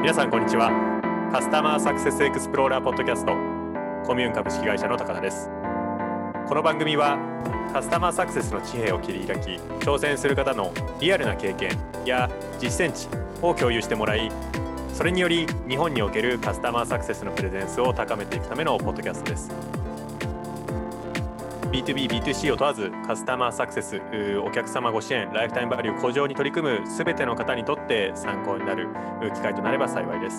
皆さんこんにちは。カスタマーサクセスエクスプローラーポッドキャストコミューン株式会社の高田です。この番組はカスタマーサクセスの地平を切り開き、挑戦する方のリアルな経験や実践値を共有してもらい、それにより日本におけるカスタマーサクセスのプレゼンスを高めていくためのポッドキャストです。B2B、B2C を問わずカスタマーサクセス、お客様ご支援、ライフタイムバリュー向上に取り組むすべての方にとって参考になる機会となれば幸いです。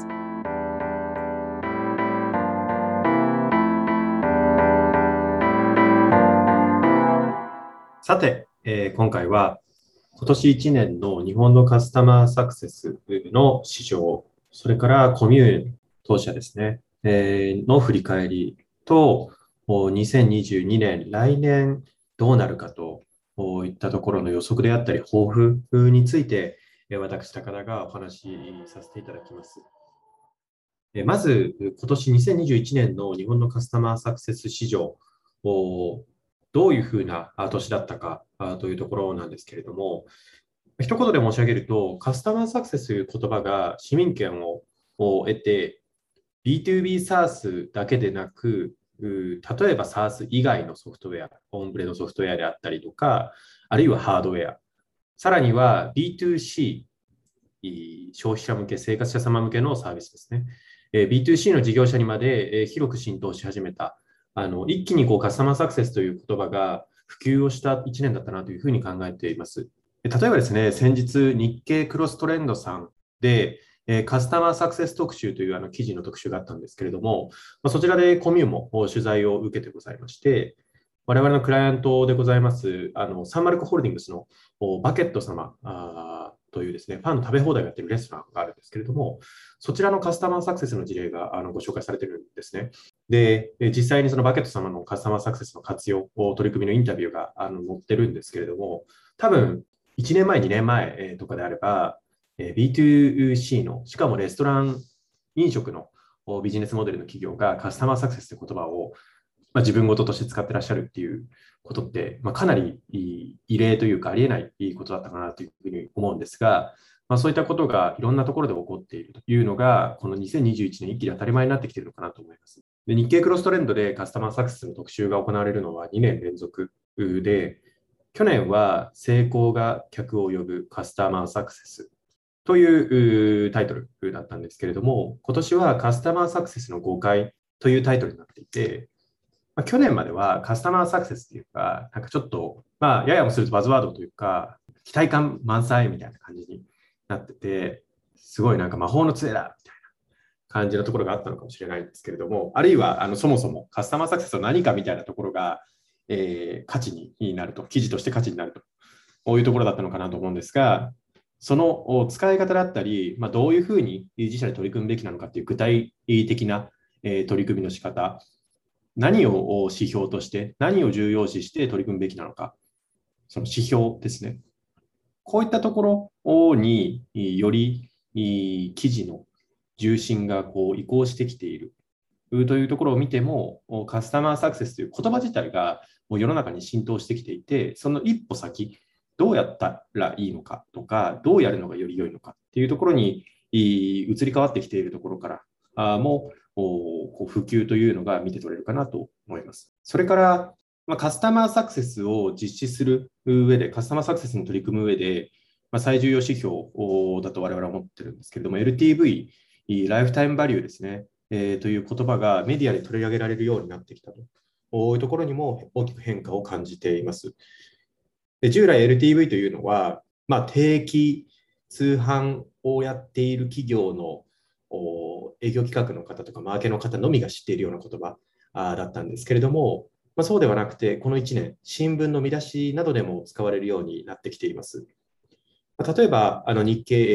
さて、今回は今年1年の日本のカスタマーサクセスの市場、それからコミューン当社ですね、の振り返りと、2022年、来年どうなるかといったところの予測であったり、抱負について、私、高田がお話しさせていただきます。まず、今年2021年の日本のカスタマーサクセス市場、どういうふうな年だったかというところなんですけれども、一言で申し上げると、カスタマーサクセスという言葉が市民権を得て、B2B サースだけでなく、例えば SaaS 以外のソフトウェア、オンブレのソフトウェアであったりとか、あるいはハードウェア、さらには B2C、消費者向け、生活者様向けのサービスですね。B2C の事業者にまで広く浸透し始めた。一気にカスタマーサクセスという言葉が普及をした1年だったなというふうに考えています。例えばですね、先日日経クロストレンドさんで、カスタマーサクセス特集という記事の特集があったんですけれども、そちらでコミューも取材を受けてございまして、我々のクライアントでございますサンマルクホールディングスのバケット様というですね、パンの食べ放題をやっているレストランがあるんですけれども、そちらのカスタマーサクセスの事例がご紹介されているんですね。で、実際にそのバケット様のカスタマーサクセスの活用、取り組みのインタビューが載ってるんですけれども、多分1年前、2年前とかであれば、B2C の、しかもレストラン、飲食のビジネスモデルの企業がカスタマーサクセスという言葉を自分事として使ってらっしゃるっていうことって、かなり異例というかありえないことだったかなというふうに思うんですが、そういったことがいろんなところで起こっているというのが、この2021年一気に当たり前になってきているのかなと思います。で、日経クロストレンドでカスタマーサクセスの特集が行われるのは2年連続で、去年は成功が客を呼ぶカスタマーサクセスというタイトルだったんですけれども、今年はカスタマーサクセスの誤解というタイトルになっていて、去年まではカスタマーサクセスというか、なんかちょっと、ややもするとバズワードというか、期待感満載みたいな感じになってて、すごいなんか魔法の杖だみたいな感じのところがあったのかもしれないんですけれども、あるいはそもそもカスタマーサクセスは何かみたいなところが、価値になると、記事として価値になると、こういうところだったのかなと思うんですが、その使い方だったり、どういうふうに自社で取り組むべきなのかっていう具体的な取り組みの仕方、何を指標として、何を重要視して取り組むべきなのか、その指標ですね。こういったところにより記事の重心が移行してきているというところを見ても、カスタマーサクセスという言葉自体がもう世の中に浸透してきていて、その一歩先、どうやったらいいのかとか、どうやるのがより良いのかっていうところに移り変わってきているところからも普及というのが見て取れるかなと思います。それから、カスタマーサクセスを実施する上で、カスタマーサクセスに取り組む上で、最重要指標だと我々は思ってるんですけれども、LTV、ライフタイムバリューですね、という言葉がメディアで取り上げられるようになってきたというところにも大きく変化を感じています。で、従来 LTV というのは、定期通販をやっている企業の営業企画の方とかマーケの方のみが知っているような言葉だったんですけれども、そうではなくて、この1年、新聞の見出しなどでも使われるようになってきています。例えば、日経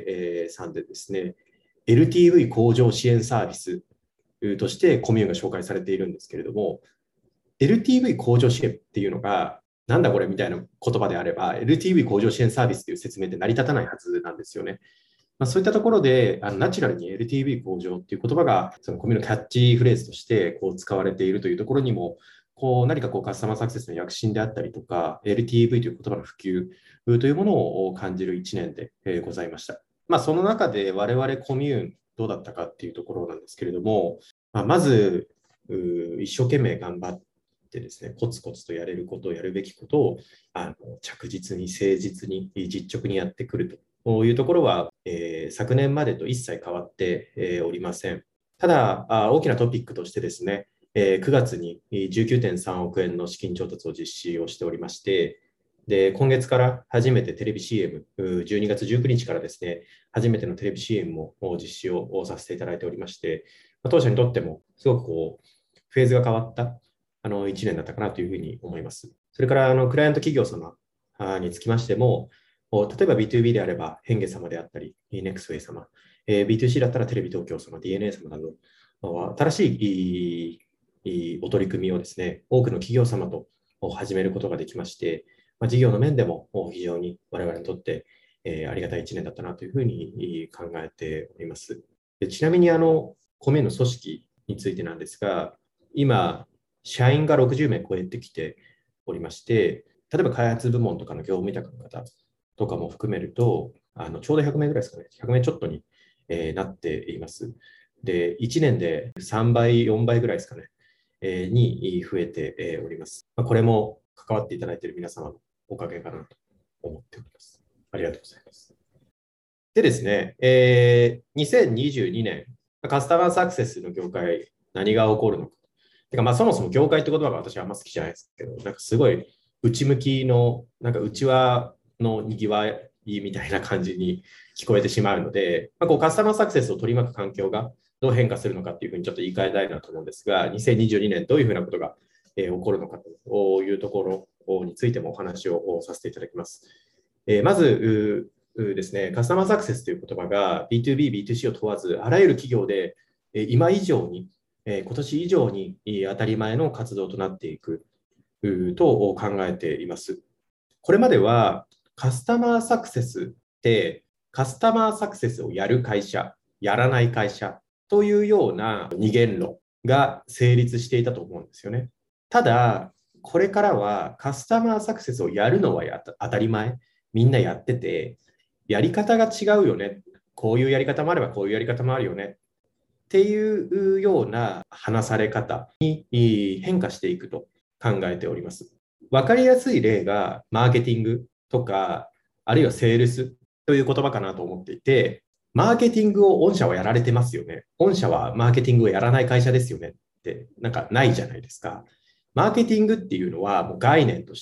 MJ さんでですね、LTV 向上支援サービスとしてコミューンが紹介されているんですけれども、LTV 向上支援っていうのが、なんだこれみたいな言葉であれば、LTV 向上支援サービスという説明って成り立たないはずなんですよね。そういったところで、ナチュラルに LTV 向上っていう言葉が、そのコミュのキャッチフレーズとして使われているというところにも、何かカスタマーサクセスの躍進であったりとか、LTV という言葉の普及というものを感じる1年でございました。 その中で我々コミューンどうだったかっていうところなんですけれども、まず一生懸命頑張ってですね、コツコツとやれることをやるべきことを着実に誠実に実直にやってくるというところは、昨年までと一切変わって、おりません。ただ大きなトピックとしてですね、9月に19.3億円の資金調達を実施をしておりまして、で、今月から初めてテレビ CM、12月19日からですね、初めてのテレビ CM も実施をさせていただいておりまして、当社にとってもすごくフェーズが変わった1年だったかなというふうに思います。それからクライアント企業様につきましても、例えば B2B であれば、変化様であったり、NEXTWAY 様、B2C だったらテレビ東京様、DNA 様など、新しいお取り組みをですね、多くの企業様と始めることができまして、事業の面でも非常に我々にとってありがたい1年だったなというふうに考えております。でちなみにコミューンの組織についてなんですが、今、社員が60名超えてきておりまして、例えば開発部門とかの業務委託の方とかも含めると、ちょうど100名ぐらいですかね、100名ちょっとに、なっています。で、1年で3倍、4倍ぐらいですかね、に増えております。これも関わっていただいている皆様のおかげかなと思っております。ありがとうございます。でですね、2022年、カスタマーサクセスの業界、何が起こるのか。てかそもそも業界って言葉が私はあんま好きじゃないですけど、すごい内向きの、内輪のにぎわいみたいな感じに聞こえてしまうので、カスタマーサクセスを取り巻く環境がどう変化するのかっていうふうにちょっと言い換えたいなと思うんですが、2022年どういうふうなことが起こるのかというところについてもお話をさせていただきます。まずですね、カスタマーサクセスという言葉が B2B、B2C を問わず、あらゆる企業で今以上に、今年以上に当たり前の活動となっていくと考えています。これまではカスタマーサクセスってカスタマーサクセスをやる会社、やらない会社というような二元論が成立していたと思うんですよね。ただ、これからはカスタマーサクセスをやるのは当たり前、みんなやってて、やり方が違うよね。こういうやり方もあればこういうやり方もあるよね。っていうような話され方に変化していくと考えております。わかりやすい例がマーケティングとか、あるいはセールスという言葉かなと思っていて、マーケティングを御社はやられてますよね。御社はマーケティングをやらない会社ですよねってないじゃないですか。マーケティングっていうのはもう概念として、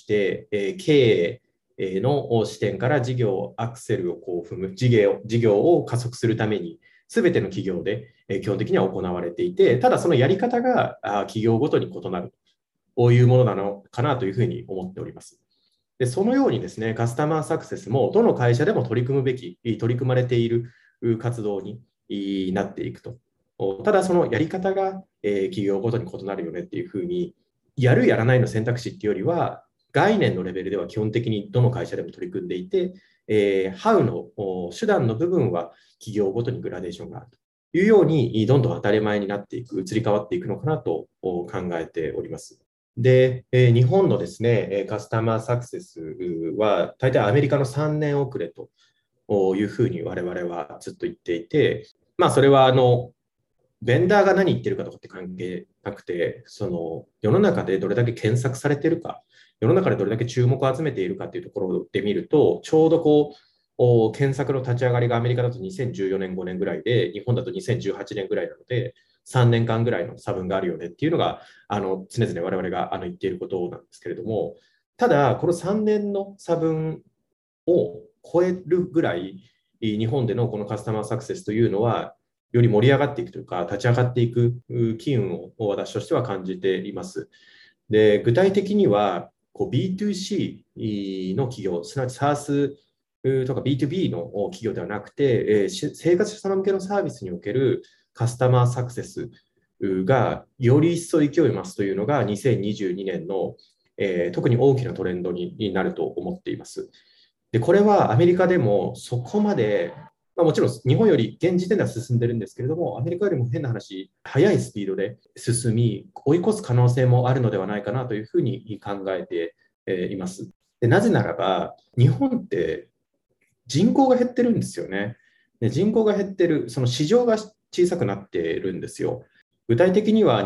経営の視点から事業アクセルを踏む事業を加速するために全ての企業で基本的には行われていて、ただそのやり方が企業ごとに異なるというものなのかなというふうに思っております。でそのようにですね、カスタマーサクセスもどの会社でも取り組まれている活動になっていくと。ただそのやり方が企業ごとに異なるよねっていうふうに、やるやらないの選択肢っていうよりは、概念のレベルでは基本的にどの会社でも取り組んでいて、How の手段の部分は企業ごとにグラデーションがあるというように、どんどん当たり前になっていく、移り変わっていくのかなと考えております。で、日本のですね、カスタマーサクセスは、大体アメリカの3年遅れというふうに我々はずっと言っていて、それはベンダーが何言ってるかとかって関係なくて、世の中でどれだけ検索されているか、世の中でどれだけ注目を集めているかというところで見ると、ちょうど検索の立ち上がりがアメリカだと2014年、5年ぐらいで、日本だと2018年ぐらいなので、3年間ぐらいの差分があるよねっていうのが、常々我々が言っていることなんですけれども、ただ、この3年の差分を超えるぐらい、日本でのこのカスタマーサクセスというのは、より盛り上がっていくというか、立ち上がっていく機運を私としては感じています。で、具体的には、B2C の企業、すなわち SaaS とか B2B の企業ではなくて、生活者様向けのサービスにおけるカスタマーサクセスがより一層勢いを増すというのが2022年の、特に大きなトレンドになると思っています。で、これはアメリカでもそこまで、もちろん日本より現時点では進んでるんですけれども、アメリカよりも変な話、速いスピードで進み、追い越す可能性もあるのではないかなというふうに考えています。でなぜならば、日本って人口が減ってるんですよね。 で、人口が減ってる、その市場が小さくなっているんですよ。具体的には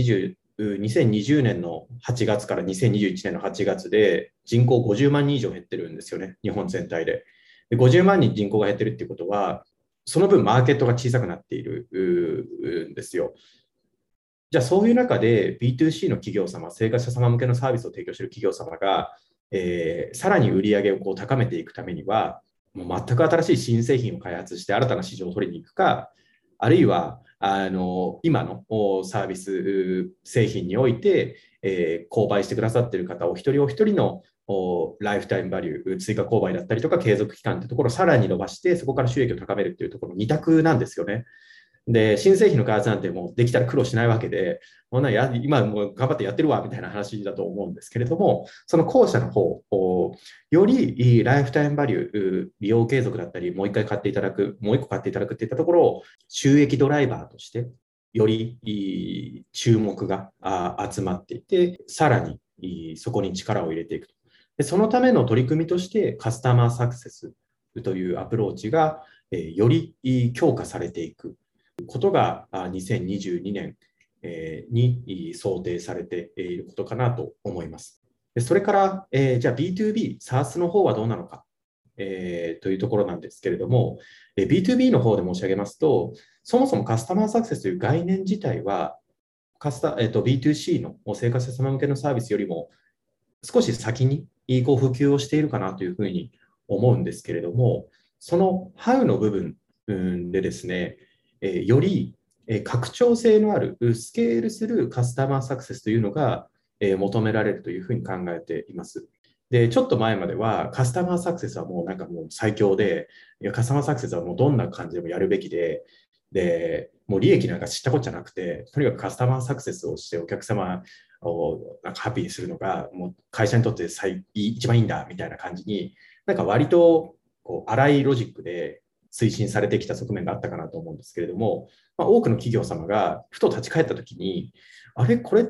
2020年の8月から2021年の8月で人口50万人以上減ってるんですよね、日本全体で。で、50万人人口が減ってるっていうことは、その分マーケットが小さくなっているんですよ。じゃあそういう中で B2C の企業様、生活者様向けのサービスを提供している企業様が、さらに売り上げをこう高めていくためには、もう全く新しい新製品を開発して新たな市場を取りに行くか、あるいは今のサービス製品において、購買してくださっている方お一人お一人のライフタイムバリュー、追加購買だったりとか継続期間というところをさらに伸ばして、そこから収益を高めるというところの2択なんですよね。で、新製品の開発なんてもうできたら苦労しないわけで、もう今もう頑張ってやってるわみたいな話だと思うんですけれども、その後者の方、よりライフタイムバリュー、利用継続だったり、もう一回買っていただく、もう一個買っていただくっていったところを収益ドライバーとして、より注目が集まっていて、さらにそこに力を入れていくと。で、そのための取り組みとしてカスタマーサクセスというアプローチがより強化されていくことが2022年に想定されていることかなと思います。それから、じゃあ B2B、SaaS の方はどうなのか、というところなんですけれども、B2B の方で申し上げますと、そもそもカスタマーサクセスという概念自体は、B2C の生活者様向けのサービスよりも少し先に普及をしているかなというふうに思うんですけれども、その How の部分でですね、より拡張性のあるスケールするカスタマーサクセスというのが求められるというふうに考えています。で、ちょっと前まではカスタマーサクセスはもうなんかもう最強で、カスタマーサクセスはもうどんな感じでもやるべきで、もう利益なんか知ったことじゃなくて、とにかくカスタマーサクセスをしてお客様をなんかハッピーにするのがもう会社にとって一番いいんだみたいな感じに、なんか割とこう荒いロジックで推進されてきた側面があったかなと思うんですけれども、多くの企業様がふと立ち返ったときに、あれ、これって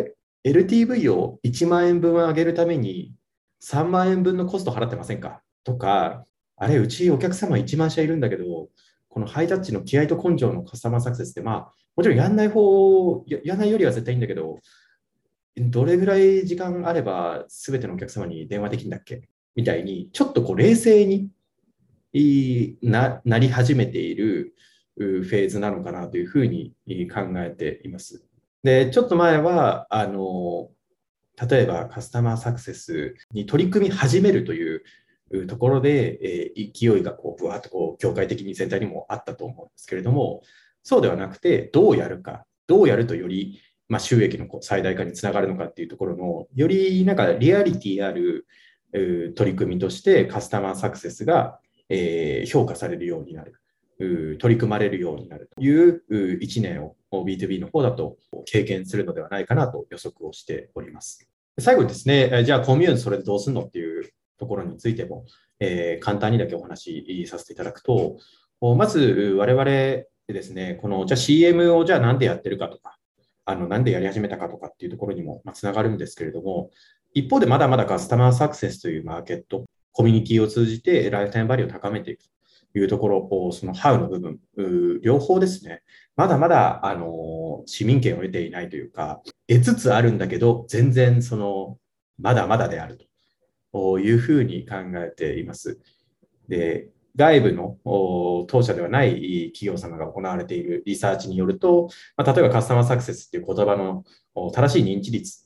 LTV を1万円分上げるために3万円分のコスト払ってませんかとか、あれ、うちお客様1万社いるんだけど、このハイタッチの気合と根性のカスタマーサクセスって、もちろんやんないよりは絶対いいんだけど、どれぐらい時間あれば全てのお客様に電話できるんだっけみたいに、ちょっとこう冷静になり始めているフェーズなのかなというふうに考えています。で、ちょっと前は、例えばカスタマーサクセスに取り組み始めるというところで、勢いがこうぶわっとこう業界的に全体にもあったと思うんですけれども、そうではなくて、どうやるとより、収益の最大化につながるのかっていうところの、よりなんかリアリティある取り組みとしてカスタマーサクセスが評価されるようになる。取り組まれるようになるという1年を B2B の方だと経験するのではないかなと予測をしております。最後にですね、じゃあコミューンそれでどうするのっていうところについても、簡単にだけお話しさせていただくと、まず我々ですね、じゃあ CM をじゃあなんでやってるかとか、なんでやり始めたかとかっていうところにもつながるんですけれども、一方でまだまだカスタマーサクセスというマーケット、コミュニティを通じてライフタイムバリューを高めていくというところ、その How の部分、両方ですね、まだまだ、市民権を得ていないというか、得つつあるんだけど、全然まだまだであるというふうに考えています。で、外部の当社ではない企業様が行われているリサーチによると、例えばカスタマーサクセスっていう言葉の正しい認知率って、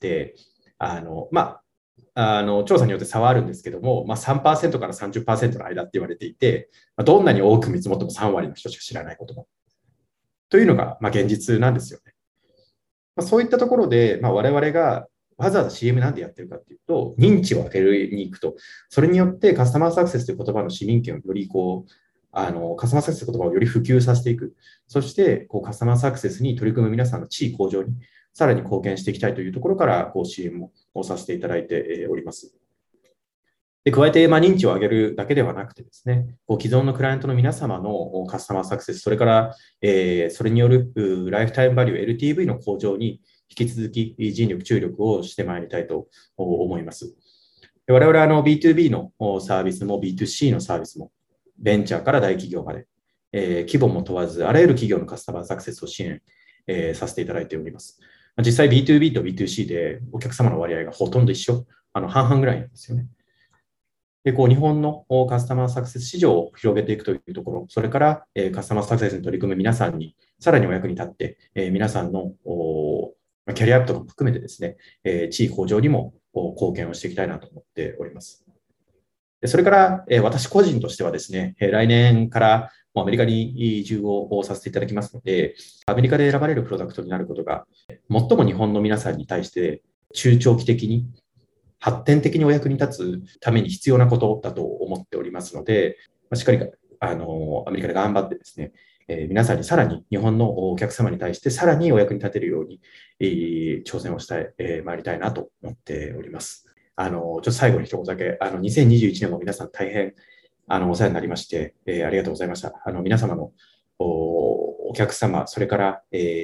調査によって差はあるんですけども、3% から 30% の間って言われていて、どんなに多く見積もっても3割の人しか知らないことも。というのが現実なんですよね。そういったところで、我々がわざわざ CM なんでやってるかっていうと、認知を上げに行くと、それによってカスタマーサクセスという言葉の市民権をよりカスタマーサクセスという言葉をより普及させていく。そして、カスタマーサクセスに取り組む皆さんの地位向上にさらに貢献していきたいというところから、CM をさせていただいております。で、加えて、認知を上げるだけではなくてですね、既存のクライアントの皆様のカスタマーサクセス、それから、それによるライフタイムバリュー LTV の向上に引き続き尽力、注力をしてまいりたいと思います。我々はBTOB のサービスも B2C のサービスもベンチャーから大企業まで、 規模も問わず、あらゆる企業のカスタマーサクセスを支援、させていただいております。実際 B2B と B2C でお客様の割合がほとんど一緒、半々ぐらいなんですよね。で、日本のカスタマーサクセス市場を広げていくというところ、それから、カスタマーサクセスに取り組む皆さんにさらにお役に立って、皆さんのキャリアアップとかも含めてですね、地位向上にも貢献をしていきたいなと思っております。それから、私個人としてはですね、来年からアメリカに移住をさせていただきますので、アメリカで選ばれるプロダクトになることが、最も日本の皆さんに対して中長期的に発展的にお役に立つために必要なことだと思っておりますので、しっかりアメリカで頑張ってですね、皆さんにさらに日本のお客様に対してさらにお役に立てるように、挑戦をしてまいりたいなと思っております。ちょっと最後に一言だけ、2021年も皆さん大変お世話になりまして、ありがとうございました。皆様のお客様、それから、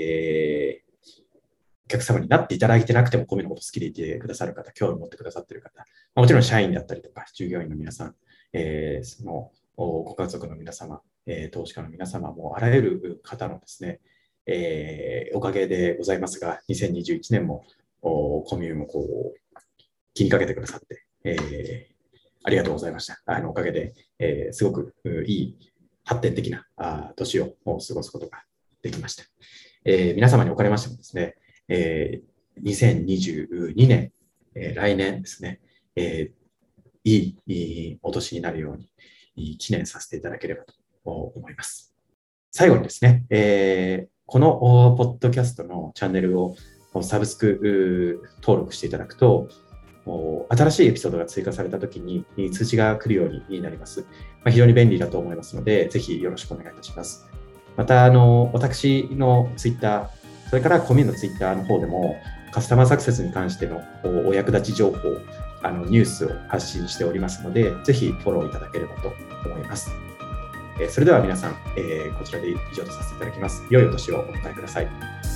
お客様になっていただいてなくてもコミュのこと好きでいてくださる方、興味を持ってくださっている方、もちろん社員であったりとか、従業員の皆さん、そのご家族の皆様、投資家の皆様もあらゆる方のですね、おかげでございますが、2021年もコミュも気にかけてくださって、ありがとうございました。おかげで、すごくいい発展的な年を過ごすことができました。皆様におかれましてもですね、2022年、来年ですね、いいお年になるように記念させていただければと思います。最後にですね、このポッドキャストのチャンネルをサブスク登録していただくと、新しいエピソードが追加されたときに通知が来るようになります。非常に便利だと思いますので、ぜひよろしくお願いいたします。また、私のツイッター、それからコミュのツイッターの方でも、カスタマーサクセスに関してのお役立ち情報、ニュースを発信しておりますので、ぜひフォローいただければと思います。それでは皆さん、こちらで以上とさせていただきます。良いお年をお迎えください。